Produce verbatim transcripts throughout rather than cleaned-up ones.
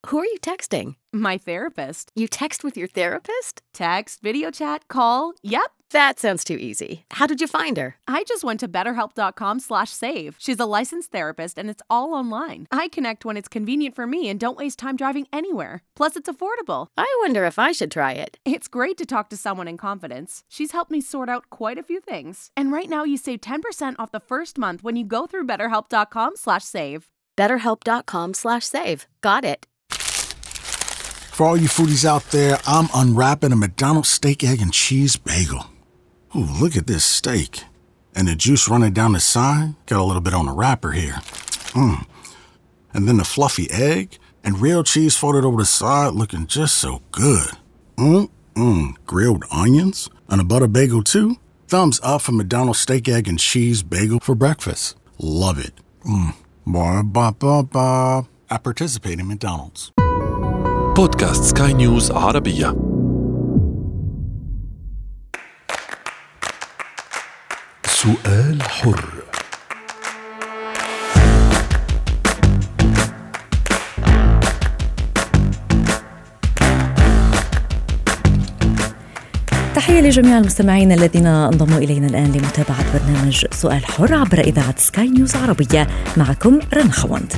Who are you texting? My therapist. You text with your therapist? Text, video chat, call. Yep. That sounds too easy. How did you find her? I just went to betterhelp.com slash save. She's a licensed therapist and it's all online. I connect when it's convenient for me and don't waste time driving anywhere. Plus, it's affordable. I wonder if I should try it. It's great to talk to someone in confidence. She's helped me sort out quite a few things. And right now you save ten percent off the first month when you go through betterhelp.com slash save. betterhelp.com slash save. Got it. For all you foodies out there, I'm unwrapping a McDonald's steak, egg, and cheese bagel. Ooh, look at this steak. And the juice running down the side. Got a little bit on the wrapper here. Mmm. And then the fluffy egg and real cheese folded over the side looking just so good. Mmm-mmm. Grilled onions and a butter bagel too. Thumbs up for McDonald's steak, egg, and cheese bagel for breakfast. Love it. Mmm. Ba-ba-ba-ba. I participate in McDonald's. بودكاست سكاي نيوز عربية. سؤال حر. تحية لجميع المستمعين الذين انضموا إلينا الآن لمتابعة برنامج سؤال حر عبر إذاعة سكاي نيوز عربية. معكم رنا خوند.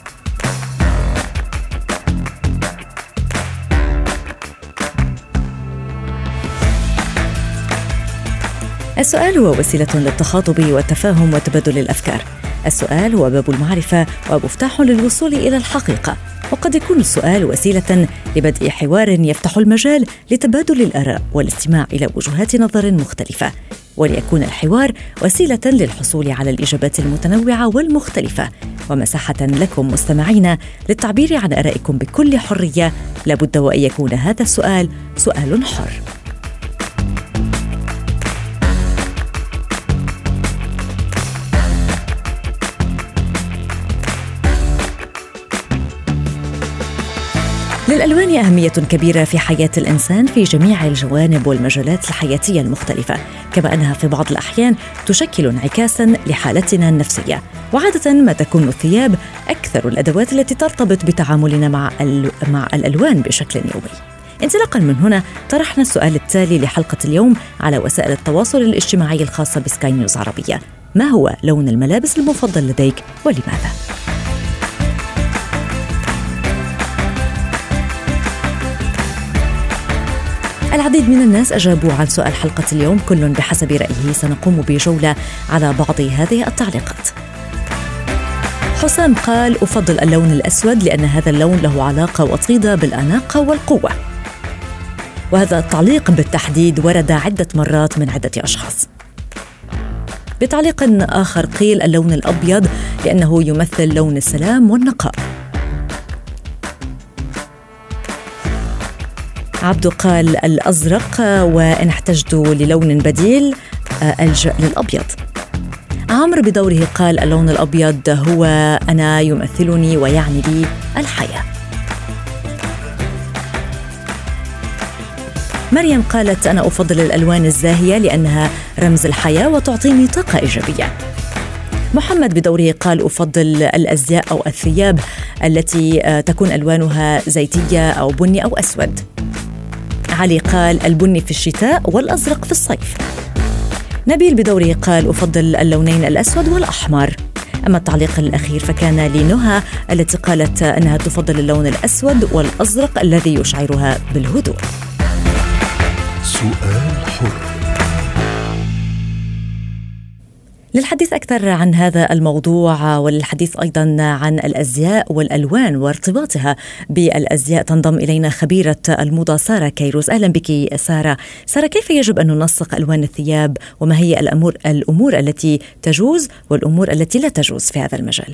السؤال هو وسيلة للتخاطب والتفاهم وتبادل الأفكار. السؤال هو باب المعرفة ومفتاح للوصول إلى الحقيقة، وقد يكون السؤال وسيلة لبدء حوار يفتح المجال لتبادل الآراء والاستماع إلى وجهات نظر مختلفة، وليكون الحوار وسيلة للحصول على الإجابات المتنوعة والمختلفة ومساحة لكم مستمعين للتعبير عن آرائكم بكل حرية. لابد وأن يكون هذا السؤال سؤال حر. للألوان أهمية كبيرة في حياة الإنسان في جميع الجوانب والمجالات الحياتية المختلفة، كما أنها في بعض الأحيان تشكل انعكاساً لحالتنا النفسية. وعادة ما تكون الثياب أكثر الأدوات التي ترتبط بتعاملنا مع مع الألوان بشكل يومي. انطلاقاً من هنا طرحنا السؤال التالي لحلقة اليوم على وسائل التواصل الاجتماعي الخاصة بسكاي نيوز عربية: ما هو لون الملابس المفضل لديك ولماذا؟ العديد من الناس أجابوا عن سؤال حلقة اليوم، كل بحسب رأيه. سنقوم بجولة على بعض هذه التعليقات. حسام قال: أفضل اللون الأسود لأن هذا اللون له علاقة وطيدة بالأناقة والقوة. وهذا التعليق بالتحديد ورد عدة مرات من عدة أشخاص. بتعليق آخر قيل اللون الأبيض لأنه يمثل لون السلام والنقاء. عبد قال الأزرق، وإن احتجت للون بديل ألجأ للأبيض. عمرو بدوره قال اللون الأبيض هو أنا، يمثلني ويعني لي الحياة. مريم قالت أنا أفضل الألوان الزاهية لأنها رمز الحياة وتعطيني طاقة إيجابية. محمد بدوره قال أفضل الأزياء أو الثياب التي تكون ألوانها زيتية أو بني أو أسود. علي قال البني في الشتاء والأزرق في الصيف. نبيل بدوره قال أفضل اللونين الأسود والأحمر. أما التعليق الأخير فكان لنهى التي قالت أنها تفضل اللون الأسود والأزرق الذي يشعرها بالهدوء. سؤال حر. للحديث أكثر عن هذا الموضوع وللحديث أيضا عن الأزياء والألوان وارتباطها بالأزياء تنضم إلينا خبيرة الموضة سارة كيروز. أهلا بك سارة. سارة، كيف يجب أن ننسق ألوان الثياب وما هي الأمور, الأمور التي تجوز والأمور التي لا تجوز في هذا المجال؟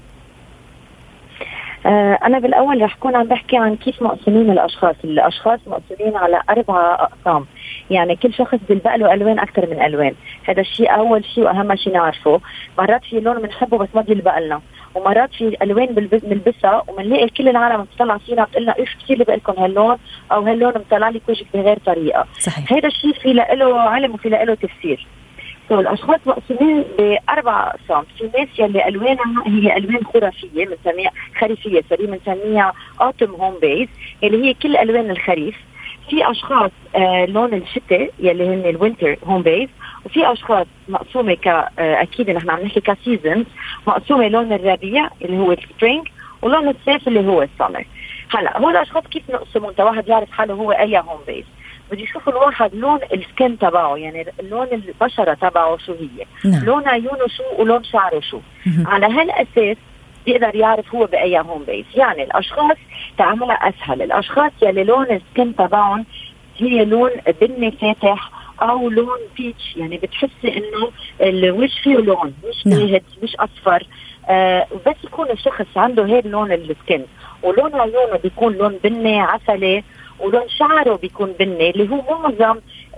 أنا بالأول رح كون عم بحكي عن كيف مقسمين الأشخاص. الأشخاص مقسمين على أربعة أقسام، يعني كل شخص بيلبق له ألوان أكثر من ألوان. هذا الشيء أول شيء وأهم شيء نعرفه. مرات في لون بنحبه بس ما بيلبق لنا، ومرات في ألوان بنلبسها ومنلاقي كل العالم بتطلع فينا بتقلنا إيش كثير لبق لكم هاللون أو هاللون مطلع لك وجهك بغير طريقة. صحيح. هذا الشيء في له علم وفي له تفسير. سو الاشخاص مقسومين باربع اقسام. في ناس يلي الوانها هي الوان خرافيه بنسميها خريفيه، سوري بنسميها اوتوم هوم بيز اللي هي كل الوان الخريف. في اشخاص آه لون الشتاء يلي هن الوينتر هوم بيز، وفي اشخاص مقسومه ك آه اكيد نحن عم نحكي كسيزونز، مقسومه لون الربيع اللي هو السبرينج ولون الصيف اللي هو السمر. هلا هول الاشخاص كيف نقسمهم انت واحد يعرف حاله هو اي هوم بيز؟ بدي يشوف الواحد لون السكن تبعه، يعني لون البشره تبعه شو هي، نعم. لون عيونه شو ولون شعره شو. على هالاساس بيقدر يعرف هو باي هوم بيز. يعني الاشخاص تعاملها اسهل، الاشخاص يلي لون السكن تبعهم هي لون بني فاتح او لون بيتش، يعني بتحسي انه الوجه فيه لون مش باهت مش اصفر، آه بس يكون الشخص عنده هيك لون السكن، ولون عيونه بيكون لون بني عسلي، ولون شعره بيكون بني اللي هو معظم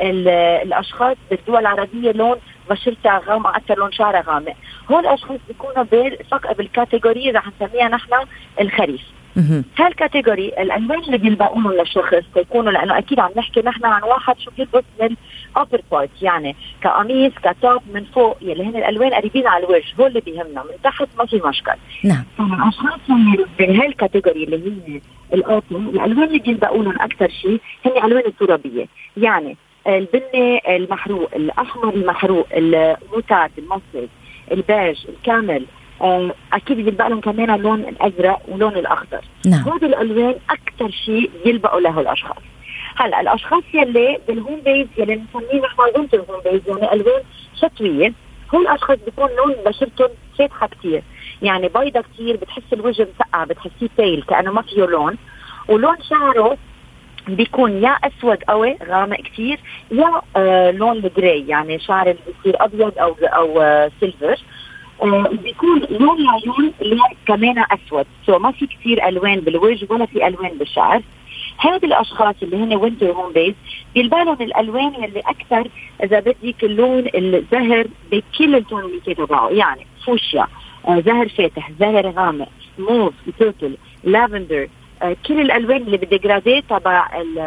الاشخاص بالدول العربيه لون بشرتها غامقه اكثر، لون شعرها غامق. هول الاشخاص بيكونوا بالكاتيجوري رح نسميها نحن الخريف. هالكاتيجوري الالوان اللي بيلبقوهم للشخص يكونوا، لانه اكيد عم نحكي نحن عن واحد شو بيلبس من upper part، يعني كقميص كتوب من فوق يلي هن الالوان قريبين على الوجه، هو اللي بيهمنا، من تحت ما في مشكل. نعم. فالاشخاص اللي بهالكاتيجوري اللي هي الاوتوم، الالوان اللي بيلبقوهم اكثر شيء هن الوان الترابيه، يعني البني المحروق، الاحمر المحروق، الموتات، المصفر، البيج، الكامل، اكيد بيلبق لهم كمان اللون الازرق ولون الاخضر. نعم. هذه الالوان اكثر شيء بيلبقوا له الاشخاص. هلا الاشخاص يلي بالهوم بيز يلي بنسميه نحن وينتر هوم بيز، يعني الوان شتويه، هول الاشخاص بيكون لون بشرتهم فاتحه كثير، يعني بيضه كثير، بتحس الوجه مسقع، بتحسيه تايل كانه ما فيه لون، ولون شعره بيكون يا اسود قوي غامق كثير، يا آه لون الجراي، يعني شعر اللي بيصير ابيض او او آه سيلفر. آه بيكون لون العيون اللي كمان اسود، سو ما في كثير الوان بالوجه ولا في الوان بالشعر. هذه الاشخاص اللي هن وينتر هوم بيز بيلبالهم الالوان اللي اكثر اذا بدك اللون الزهر بكل التوناليتي تبعه، يعني فوشيا، آه زهر فاتح، زهر غامق، موف، بيربل، لافندر، آه كل الالوان اللي بالديجرادي تبع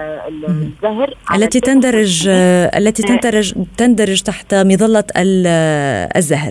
الزهر التي تندرج آه التي تندرج تندرج تحت مظله الزهر.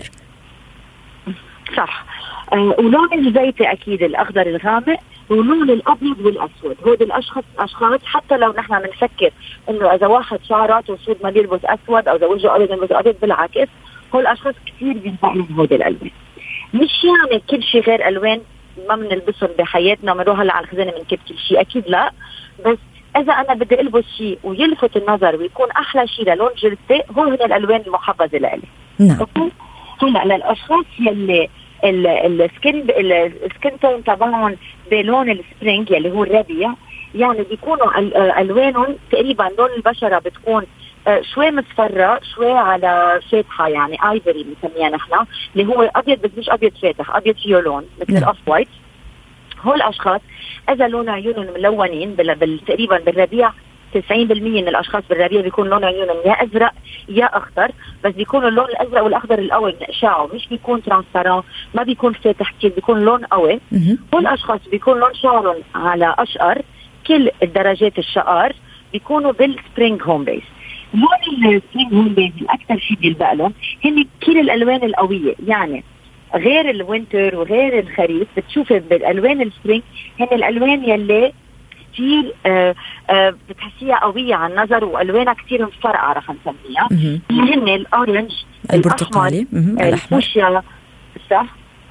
صح. آه ولون الزيتي اكيد الاخضر الغامق، ولون الابيض والاسود. هود الاشخاص اشخاص حتى لو نحن بنفكر انه اذا واحد شعراته سود ما بيلبس اسود، او اذا وجهه ابيض بيلبس ابيض، بالعكس هول الاشخاص كثير بينفع لهم هود الالوان. مش يعني كل شيء غير الوان ما بنلبسهم بحياتنا بنروح هلا على الخزانه بنكب كل شيء، اكيد لا، بس اذا انا بدي البس شيء ويلفت النظر ويكون احلى شيء للون جلدتي، هو هن الالوان المحبذه لإلي. نعم. هلا للاشخاص يلي السكن السكن تون تبعهم بلون السبرينج يلي هو الربيع، يعني بيكونوا الوانهم تقريبا لون البشره بتكون شوي مصفرة شوي على فاتحه، يعني ايفري بنسميها نحن، اللي هو ابيض بس مش ابيض فاتح، ابيض فيه لون مثل الاوف وايت. هول الاشخاص اذا لون عيونهم ملونين تقريبا بالربيع، تسعين بالمية من الاشخاص بالربيع بيكون لون عيونهم يا ازرق يا اخضر، بس بيكون اللون الازرق والاخضر القوي من اشعاعه، مش بيكون ترانسبارون، ما بيكون فاتح كتير، بيكون لون قوي. هول الاشخاص بيكون لون شعرهم على اشقر، كل الدرجات الشقر بيكونوا بالسبرينج هوم بيز. لون السبرينج هوم بيز الاكثر شيء بيلبق لهم هن كل الالوان القويه، يعني غير الوينتر وغير الخريف بتشوفي بالالوان السبرينج هن الالوان يلي كتير آه آه بتحسيها قوية على النظر، والوانها كتير مفرقة رح نسميها، هن الاورنج، البرتقالي، الفوشيا، صح،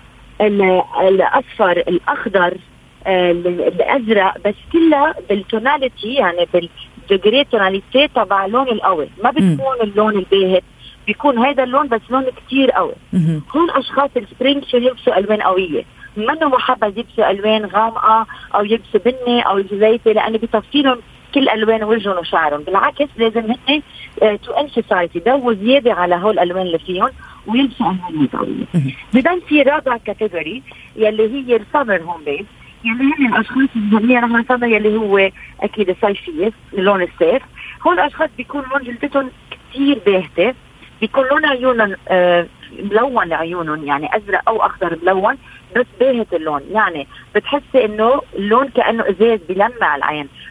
الاصفر، الاخضر، آه الازرق، بس كلها بالتوناليتي، يعني بالديجري توناليتي تبع اللون القوي، ما بتكون اللون الباهت، بيكون هذا اللون بس لون كتير قوي. هون اشخاص السبرينج شو يلبسوا الوان قوية، منه محبذ يلبسوا الوان غامقه او يلبسوا بني او زيتي، لانه بيطفيلهم كل الوان وجههم وشعرهم. بالعكس لازم هن تو امفسايز يدوروا زياده على هول الالوان اللي فيهم ويلبسوا الوان قويه. بدل في رابع كاتيجوري يلي هي السمر هوم بيز، يلي هن الاشخاص اللي نحن سمر يلي هو اكيد الصيفيه لون الصيف. هول الاشخاص بيكون لون جلدتهم كثير باهته، بيكون لون عيونهم آه ملون عيونهم، يعني ازرق او اخضر ملون بس باهت اللون، يعني بتحسي انه اللون كانه ازاز بيلمع العين،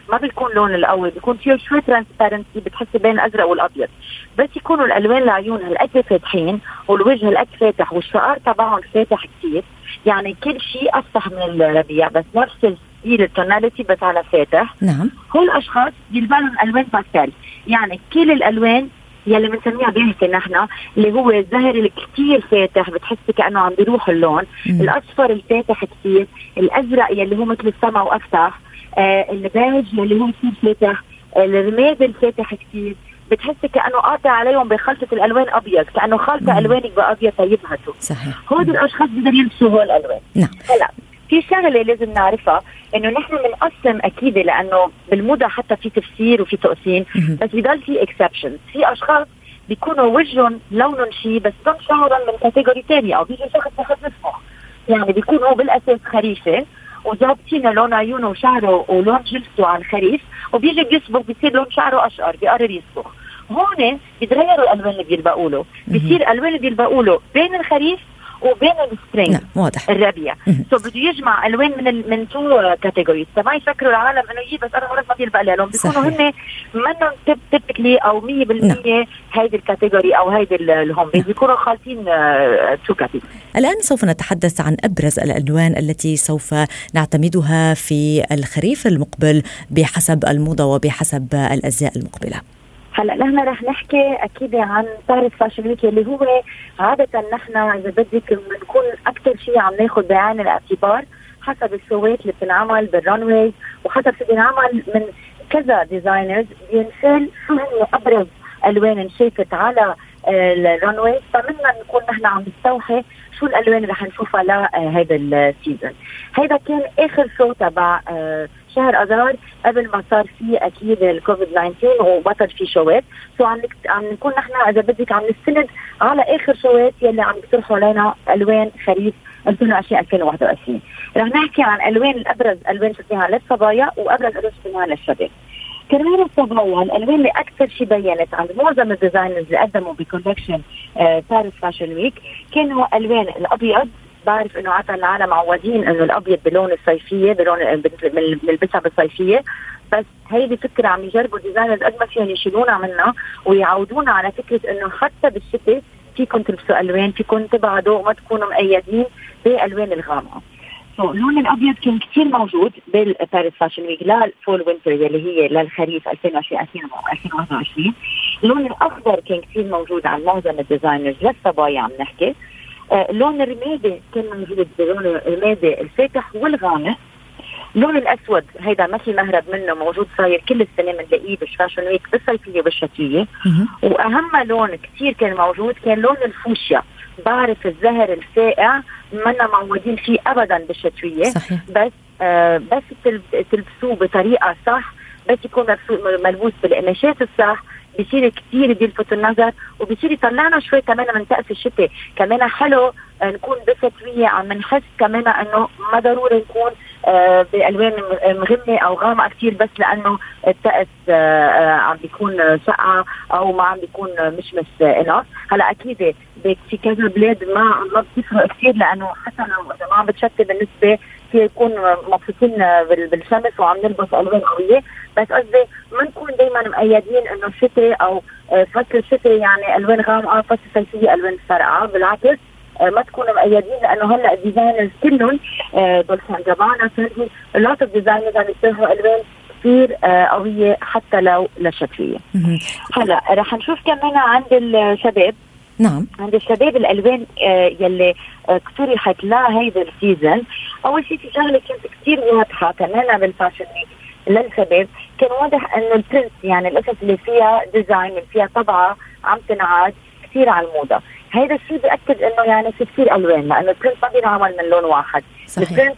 ما بيكون لون القوي، بيكون فيه شوي ترانسبيرنسي بتحسي بين الازرق والابيض. بس يكونوا الالوان العيون هالقد فاتحين والوجه هالقد فاتح والشعر تبعهم فاتح كتير، يعني كل شيء افتح من الربيع بس نفس الستيل التوناليتي بس على فاتح. نعم. هول الاشخاص بيلبسوا الوان باستيل، يعني كل الالوان يلي بنسميها بيهتي نحن اللي هو الزهر الكتير فاتح بتحسي كأنه عم بيروح اللون، مم. الأصفر الفاتح كتير، الأزرق يلي هو مثل السماء وأفتح، آه البيج يلي هو كتير فاتح، الرماد الفاتح كتير، بتحسي كأنه قاطع عليهم بخلطة الألوان أبيض، كأنه خلطة ألوانك بأبيض طيبهته. صحيح. هود الأشخاص بيقدروا يلبسوا هول الألوان. نعم. هلا في شغله لازم نعرفها انه نحن بنقسم اكيد لانه بالموضه حتى في تفسير وفي تقسيم، بس بضل في اكسبشن. في اشخاص بيكونوا وجههم لونهم شيء بس لون شعرهم من كاتيجوري ثانيه، او بيجي شخص بحب نفسه يعني بيكون هو بالاساس خريفي وجابتين لون عيونه وشعره ولون جلسه على الخريف، وبيجي بيصبغ بيصير لون شعره اشقر بيقرر يصبغ. هون بيتغيروا الالوان اللي بيلبقوا له، بيصير الالوان اللي بيلبقوا له بين الخريف وبين السبرينج. نعم واضح. الربيع سو بده يجمع الوان من ال... من تو كاتيجوريز، فما يفكروا العالم انه يجي بس انا مرات ما بيلبق لي لهم، بيكونوا هن منهم تب تبكلي او مية بالمية هيدي الكاتيجوري او هيدي الهم، بيكونوا خالطين تو كاتيجوري. الان سوف نتحدث عن ابرز الالوان التي سوف نعتمدها في الخريف المقبل بحسب الموضه وبحسب الازياء المقبله. هلا نحن رح نحكي اكيد عن باريس فاشن ويك اللي هو عاده نحن اذا بدك بنكون اكثر شيء عم ناخذ بعين الاعتبار حسب الشوات اللي بتنعمل بالرانوي، وحسب شو بينعمل من كذا ديزاينرز بينسال شو هي ابرز الوان انشافت على الرانوي، فمنا نكون نحن عم نستوحي شو الالوان اللي رح نشوفها لهذا السيزون. هيدا كان اخر شو تبع شهر اذار قبل ما صار فيه اكيد الكوفيد تسعة عشر وبطل فيه شوات، سو عم عم نكون نحن اذا بدك عم نستند على اخر شوات يلي عم بيطرحوا علينا الوان خريف ألفين وعشرين ألفين وواحد وعشرين. رح نحكي عن الوان الابرز الوان شفناها للصبايا وابرز الوان شفناها للشباب. كمان الصبايا الالوان اللي اكثر شيء بينت عند معظم الديزاينرز اللي قدموا بكولكشن باريس فاشن ويك كانوا الوان الابيض. بعرف انه عاده العالم معودين انه الابيض بلون الصيفيه بلون بنلبسها بالصيفيه، بس هيدي فكره عم يجربوا ديزاينرز قد ما فيهم يشيلونا منها ويعودونا على فكره انه حتى بالشتاء فيكم تلبسوا الوان، فيكم تبعدوا وما تكونوا مقيدين بالالوان الغامقه. اللون الابيض كان كثير موجود بالباريس فاشن ويك للفول وينتر اللي هي للخريف ألفين وعشرين ألفين وواحد وعشرين. اللون الاخضر كان كثير موجود عند معظم الديزاينرز للصبايا عم نحكي. آه اللون الرمادي كان موجود بلون الرمادي الفاتح والغامق. اللون الاسود هيدا ما في مهرب منه، موجود صاير كل السنه بنلاقيه بالفاشن ويك بالصيفيه والشتويه. واهم لون كثير كان موجود كان لون الفوشيا. بعرف الزهر الفائع منا معودين فيه ابدا بالشتويه، صحيح. بس آه بس تلبسوه بطريقه صح، بس يكون ملبوس بالقماشات الصح بيصير كتير بيلفت النظر وبيصير يطلعنا شوي كمان من طقس الشتاء. كمان حلو نكون بشتويه عم نحس كمان انه ما ضروري نكون آه بالوان مغمه او غامقه كتير بس لانه الطقس آه عم بيكون سقعه او ما عم بيكون مشمس اناث. هلا اكيد في كذا بلاد ما ما بتفرق كتير لانه حتى لو اذا ما عم بتشتي بالنسبه في يكون مبسوطين بالشمس وعم نلبس الوان قويه، بس قصدي ما نكون دائما مقيدين انه الشتاء او فصل الشتاء يعني الوان غامقه، فصل الصيفيه الوان فارقه. بالعكس ما تكونوا مقيدين لانه هلا الديزاينرز كلهم دولسان جابانا سيرفي لوت اوف ديزاينرز عم يشتغلوا الوان كثير قويه حتى لو للشتويه. هلا رح نشوف كمان عند الشباب. نعم. عند الشباب الالوان آه يلي آه اقترحت لهيدا السيزون. اول شيء في شغله كانت كثير واضحه كمان بالفاشن ويك للشباب، كان واضح انه البرنت يعني القصص اللي فيها ديزاين اللي فيها طبعه عم تنعاد كثير على الموضه. هيدا الشيء بيأكد انه يعني في كثير الوان لانه البرنت ما بينعمل من لون واحد. صحيح. البرنت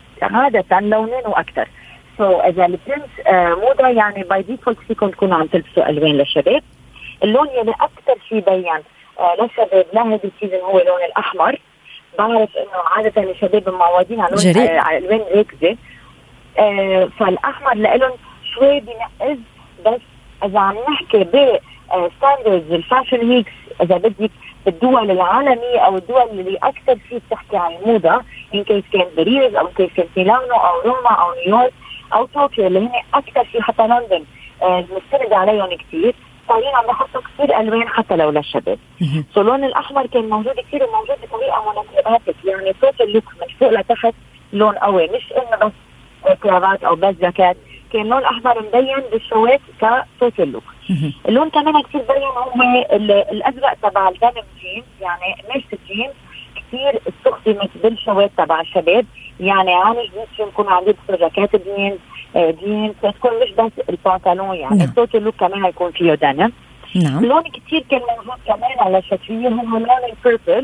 عاده لونين واكثر. سو so, اذا البرنت آه موضه يعني باي ديفولت فيكم تكونوا عم تلبسوا الوان للشباب. اللون يلي اكثر شيء بين آه للشباب لهذا السيزون هو اللون الاحمر. بعرف انه عاده الشباب معودين على لون آه على الوان ركزه، آه فالاحمر لهم شوي بينقز. بس اذا عم نحكي ب ستاندردز الفاشن ويكس اذا بدك بالدول العالميه او الدول اللي اكثر شيء بتحكي عن الموضه، ان كان كان باريس او كان كان ميلانو او روما او نيويورك او طوكيو اللي هن اكثر شيء حتى لندن مستند عليهم كثير، صايرين عم يحطوا كثير الوان حتى لو للشباب. سو اللون الاحمر كان موجود كثير وموجود بطريقه مونوكروماتيك، يعني توتال لوك من فوق لتحت لون قوي، مش انه بس كرافات او بس جاكيت، كان اللون الاحمر مبين بالشوات كتوتال لوك. اللون كمان كثير بين هو الازرق تبع الدنم جينز، يعني ميرس جينز كثير استخدمت بالشوات تبع الشباب، يعني عامل جديد يكون عندي جاكيت جينز جينز تكون مش بس البنطلون، يعني نعم. التوتال لوك كمان هيكون فيه دنم. نعم. لون كثير كان موجود كمان على الشتوية هو لون البيربل،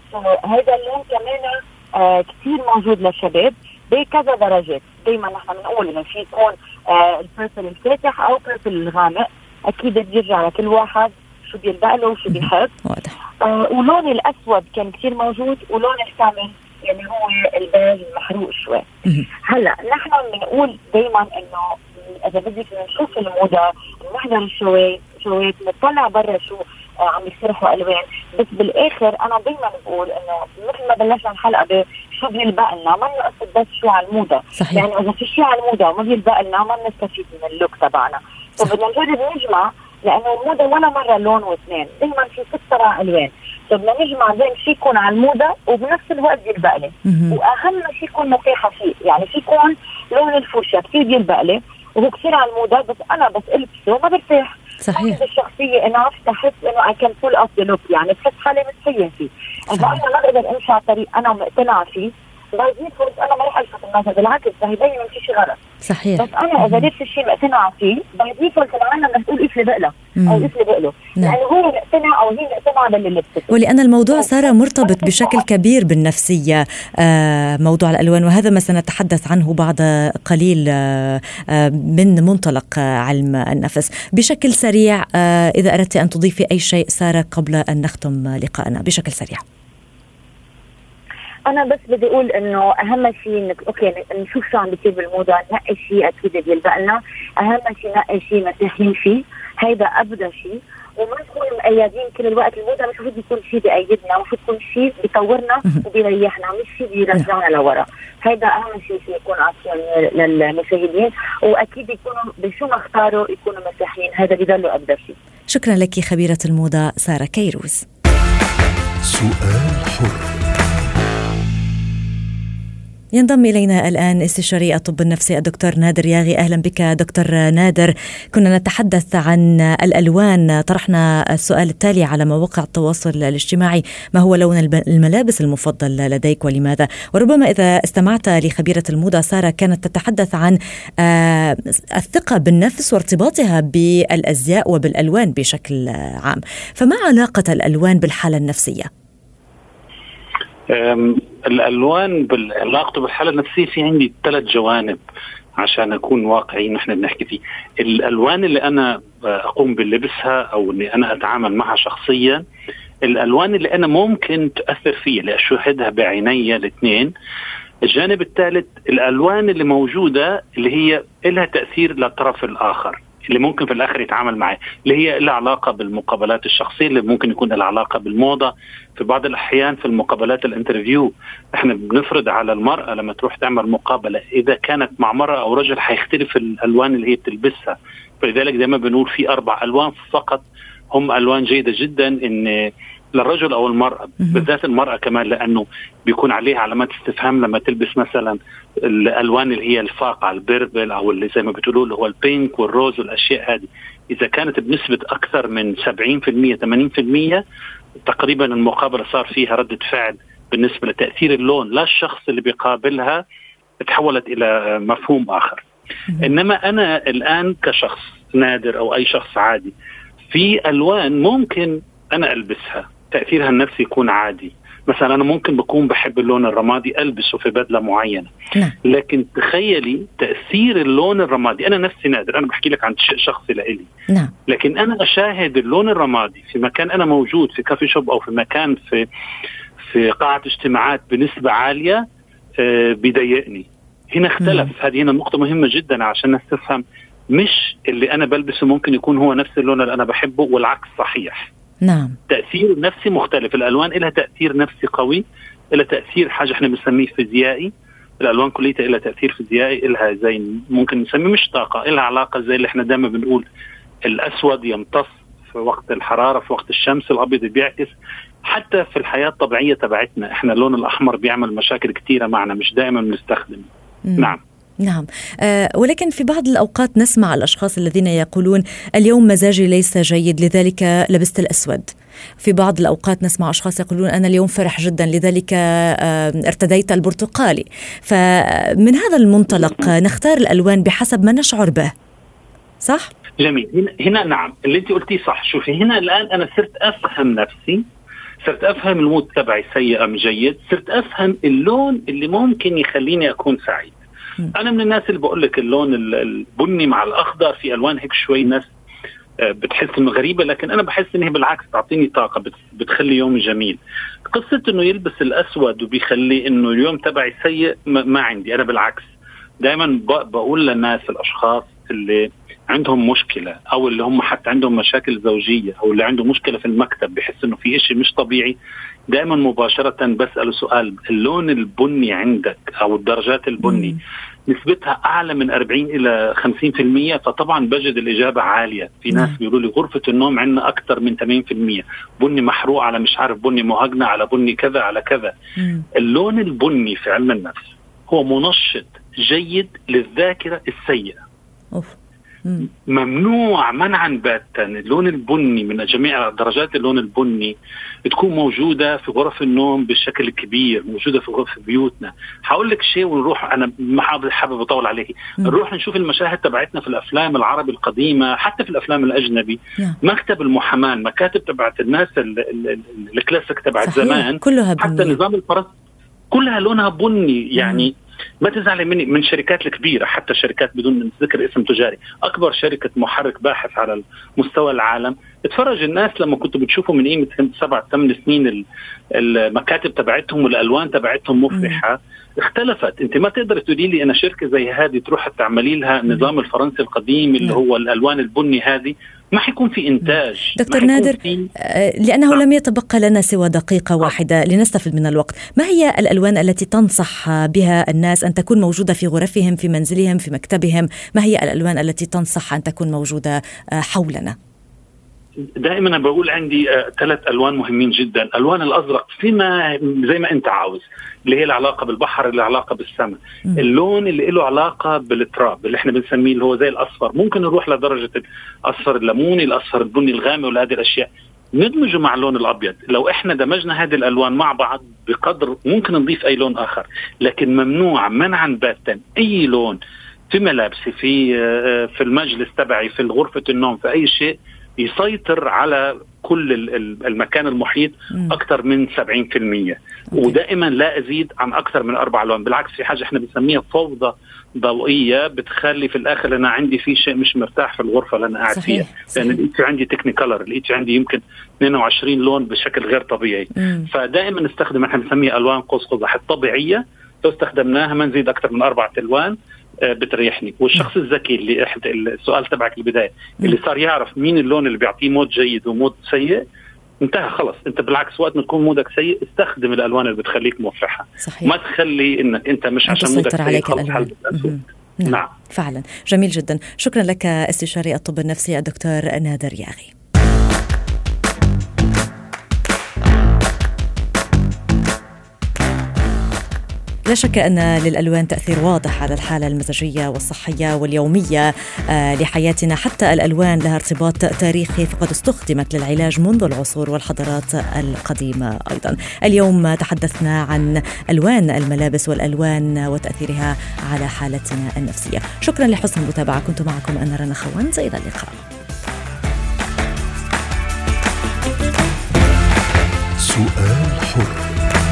هذا اللون كمان آه كثير موجود للشباب بكذا درجات. دايما نحن بنقول انه في يكون آه البيربل الفاتح او البيربل الغامق، اكيد بيرجع لكل واحد شو بيلبق له وشو بيحب. آه ولون الاسود كان كثير موجود، ولون السمن يعني هو البيج المحروق شوي. هلا نحن بنقول دايما انه اذا بدك نشوف الموضه نحضر الشوات شوات نطلع برا شو آه عم يسرحوا الوان، بس بالاخر انا دايما بقول انه مثل ما بلشنا الحلقه بشو بيلبق لنا، ما نقصد بس شو على الموضه. صحيح. يعني اذا في شيء على الموضه وما بيلبق لنا ما بنستفيد من اللوك تبعنا، فبدنا نجرب نجمع، لانه الموضه ولا مره لون واثنين، دايما في ست سبع الوان، بدنا نجمع بين شيء يكون على الموضه وبنفس الوقت يلبق لي، واهم شيء يكون متاحه فيه، يعني في يكون لون الفوشيا كثير بيلبق لي وهو كثير على الموضه، بس انا بس البسه ما برتاح. صحيح. الشخصيه انه عرفت احس انه I can pull off the look، يعني بحس حالي متسيّن فيه. اذا انا ما بقدر امشي على الطريق انا مقتنعه فيه، بايدي فرص انا ما رح الفت النظر، بالعكس رح يبين في شيء غلط. صحيح. بس انا اذا لبست الشيء مقتنعه فيه بايدي فرص العالم رح تقول ايش لبق له او ايش لبق له، يعني هو مقتنع او هي مقتنعه باللي لبسته. ولان الموضوع صار مرتبط بشكل كبير بالنفسيه، آه موضوع الالوان، وهذا ما سنتحدث عنه بعد قليل آه آه من منطلق آه علم النفس. بشكل سريع آه اذا اردت ان تضيفي اي شيء ساره قبل ان نختم لقاءنا بشكل سريع. أنا بس بدي أقول إنه أهم شيء إنك أوكي نشوف شو عم بيصير بالموضة، نقي شيء أكيد بيلبق لنا، أهم شيء نقي شيء مرتاحين فيه، هيدا أبدا شيء، وما نكون مقيدين كل الوقت. الموضة مش المفروض يكون شيء بيقيدنا، المفروض يكون شيء بيطورنا وبيريحنا، مش شيء بيرجعنا لورا. هيدا أهم شيء يكون عطيان للمشاهدين، وأكيد يكونوا بشو ما اختاروا يكونوا مرتاحين، هذا بيضلوا أبدا شيء. شكرا لك خبيرة الموضة سارة كيروز. سؤال حر. ينضم إلينا الآن استشاري الطب النفسي الدكتور نادر ياغي. أهلا بك دكتور نادر. كنا نتحدث عن الألوان، طرحنا السؤال التالي على مواقع التواصل الاجتماعي: ما هو لون الملابس المفضل لديك ولماذا؟ وربما إذا استمعت لخبيرة الموضة سارة كانت تتحدث عن الثقة بالنفس وارتباطها بالأزياء وبالألوان بشكل عام، فما علاقة الألوان بالحالة النفسية؟ الألوان بالعلاقة بالحالة النفسية في عندي ثلاث جوانب عشان أكون واقعي نحن بنحكي فيه. الألوان اللي أنا أقوم بلبسها أو اللي أنا أتعامل معها شخصيا، الألوان اللي أنا ممكن تأثر فيها لأشاهدها بعيني الاثنين. الجانب الثالث الألوان اللي موجودة اللي هي لها تأثير للطرف الآخر اللي ممكن في الآخر يتعامل معه، اللي هي لها علاقة بالمقابلات الشخصية، اللي ممكن يكون لها علاقة بالموضة. في بعض الأحيان في المقابلات الانترفيو احنا بنفرض على المرأة لما تروح تعمل مقابلة إذا كانت مع مرأة أو رجل حيختلف الألوان اللي هي بتلبسها، فلذلك دائما بنقول في أربع ألوان فقط هم ألوان جيدة جدا إن للرجل أو المرأة، بالذات المرأة كمان لأنه بيكون عليها علامات استفهام لما تلبس مثلا الألوان اللي هي الفاقعة، البيربل أو اللي زي ما بتقولوا اللي هو البينك والروز والأشياء هذه. إذا كانت بنسبة أكثر من سبعين بالمئة ثمانين بالمئة تقريبا المقابلة صار فيها ردة فعل بالنسبة لتأثير اللون لا الشخص اللي بيقابلها تحولت إلى مفهوم آخر. إنما أنا الآن كشخص نادر أو أي شخص عادي في ألوان ممكن أنا ألبسها تأثيرها النفسي يكون عادي. مثلا أنا ممكن بكون بحب اللون الرمادي ألبسه في بدلة معينة، لكن تخيلي تأثير اللون الرمادي، أنا نفسي نادر، أنا بحكي لك عن شيء شخصي لإلي، لكن أنا أشاهد اللون الرمادي في مكان أنا موجود في كافي شوب أو في مكان في في قاعة اجتماعات بنسبة عالية آه بيضايقني. هنا اختلف. هذه هنا نقطة مهمة جدا عشان نستفهم، مش اللي أنا بلبسه ممكن يكون هو نفس اللون اللي أنا بحبه والعكس صحيح. نعم. تأثير النفسي مختلف. الألوان لها تأثير نفسي قوي، لها تأثير حاجة احنا بنسميه فيزيائي، الألوان كليتها لها تأثير فيزيائي، لها زي ممكن نسميه مش طاقة، لها علاقة زي اللي احنا دائما بنقول الأسود يمتص في وقت الحرارة، في وقت الشمس الأبيض بيعكس. حتى في الحياة الطبيعية تبعتنا احنا اللون الأحمر بيعمل مشاكل كتيرة معنا، مش دائما بنستخدم. نعم نعم أه ولكن في بعض الأوقات نسمع الأشخاص الذين يقولون اليوم مزاجي ليس جيد لذلك لبست الأسود. في بعض الأوقات نسمع أشخاص يقولون أنا اليوم فرح جدا لذلك ارتديت البرتقالي. فمن هذا المنطلق نختار الألوان بحسب ما نشعر به، صح؟ جميل. هنا, هنا نعم اللي انت قلتيه صح. شوفي هنا الآن أنا صرت أفهم نفسي، صرت أفهم المود تبعي سيء أم جيد، صرت أفهم اللون اللي ممكن يخليني أكون سعيد. أنا من الناس اللي بقول لك اللون البني مع الأخضر، في ألوان هيك شوي ناس بتحس إنه غريبة، لكن أنا بحس إنه بالعكس تعطيني طاقة، بتخلي يومي جميل. قصة إنه يلبس الأسود وبيخلي إنه اليوم تبعي سيء ما عندي. أنا بالعكس دائما بقول للناس الأشخاص اللي عندهم مشكلة أو اللي هم حتى عندهم مشاكل زوجية أو اللي عنده مشكلة في المكتب بيحس إنه في إشي مش طبيعي، دائما مباشرة بسأله سؤال: اللون البني عندك أو الدرجات البني نسبتها أعلى من أربعين إلى خمسين في المية؟ فطبعا بجد الإجابة عالية. في ناس بيقولوا لي غرفة النوم عندنا أكثر من ثمانين في المية بني محروق، على مش عارف بني مهجنة، على بني كذا على كذا. اللون البني في علم النفس هو منشط جيد للذاكرة السيئة. أوف. ممنوع منعا باتا اللون البني من جميع درجات اللون البني تكون موجودة في غرف النوم بالشكل الكبير، موجودة في غرف بيوتنا. هقول لك شيء ونروح، أنا ما حابب أطول عليه، نروح نشوف المشاهد تبعتنا في الأفلام العربي القديمة، حتى في الأفلام الأجنبي. مكتب المحاماة، مكاتب تبعت الناس الكلاسيك تبعت زمان، كلها حتى بني. نظام الفرس كلها لونها بني. يعني ما تزعلي مني من شركات الكبيرة، حتى الشركات بدون ذكر اسم تجاري، أكبر شركة محرك باحث على مستوى العالم. اتفرج الناس لما كنت بتشوفوا من قيمة سبع ثمان سنين المكاتب تبعتهم والألوان تبعتهم مفرحة، اختلفت. انت ما تقدر تقولي لي أنا شركة زي هذه تروح تعملي لها النظام الفرنسي القديم اللي هو الألوان البني هذه، ما حيكون في إنتاج. دكتور نادر، لأنه لم يتبقى لنا سوى دقيقة واحدة لنستفيد من الوقت، ما هي الألوان التي تنصح بها الناس أن تكون موجودة في غرفهم، في منزلهم، في مكتبهم؟ ما هي الألوان التي تنصح أن تكون موجودة حولنا؟ دائما أنا بقول عندي آه ثلاث ألوان مهمين جدا. الألوان الأزرق فيما زي ما أنت عاوز، اللي هي العلاقة بالبحر، اللي علاقة بالسماء. اللون اللي له علاقة بالتراب اللي احنا بنسميه اللي هو زي الأصفر، ممكن نروح لدرجة الأصفر الليموني، الأصفر البني الغامق، ولا هذه الأشياء ندمجه مع اللون الأبيض. لو احنا دمجنا هذه الألوان مع بعض بقدر ممكن نضيف أي لون آخر، لكن ممنوع منعا باتا أي لون في ملابسي، في في المجلس تبعي، في غرفة النوم، في أي شيء يسيطر على كل المكان المحيط أكثر من سبعين في المية. ودائما لا أزيد عن أكثر من أربع ألوان. بالعكس في حاجة احنا بنسميها فوضى ضوئية، بتخلي في الآخر أنا عندي في شيء مش مرتاح في الغرفة اللي أنا قاعد فيها، لأن لقيت عندي تكنيكالر، لقيت عندي يمكن اثنين وعشرين لون بشكل غير طبيعي. مم. فدائما نستخدم احنا بنسميها ألوان قوس قزح الطبيعية، لو استخدمناها ما نزيد أكثر من أربعة ألوان بتريحني. والشخص الذكي اللي احد السؤال تبعك البداية اللي صار يعرف مين اللون اللي بيعطيه مود جيد ومود سيء، انتهى خلص. انت بالعكس وقت ما تكون مودك سيء استخدم الالوان اللي بتخليك مفرحة. صحيح. ما تخلي انك انت مش عشان مودك سيء خلص حالك الاسود. نعم. نعم فعلا جميل جدا. شكرا لك استشاري الطب النفسي الدكتور نادر ياغي. لا شك أن للألوان تأثير واضح على الحالة المزاجية والصحية واليومية لحياتنا. حتى الألوان لها ارتباط تاريخي، فقد استخدمت للعلاج منذ العصور والحضارات القديمة أيضا. اليوم تحدثنا عن ألوان الملابس والألوان وتأثيرها على حالتنا النفسية. شكرا لحسن المتابعة، كنت معكم أنا رنا خوانز، إلى اللقاء. سؤال حر.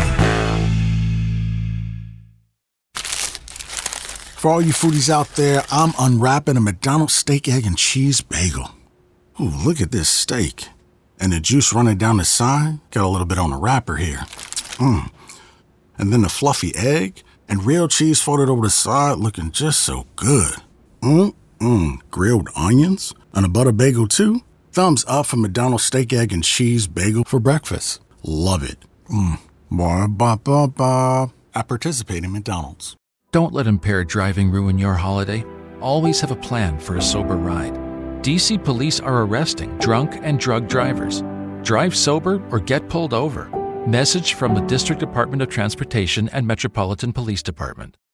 For all you foodies out there, I'm unwrapping a McDonald's steak, egg, and cheese bagel. Ooh, look at this steak. And the juice running down the side. Got a little bit on the wrapper here. Mmm. And then the fluffy egg and real cheese folded over the side, looking just so good. Mmm-mmm. Grilled onions and a butter bagel too. Thumbs up for McDonald's steak, egg, and cheese bagel for breakfast. Love it. Mmm. Ba ba ba ba. I participate in McDonald's. Don't let impaired driving ruin your holiday. Always have a plan for a sober ride. D C police are arresting drunk and drug drivers. Drive sober or get pulled over. Message from the District Department of Transportation and Metropolitan Police Department.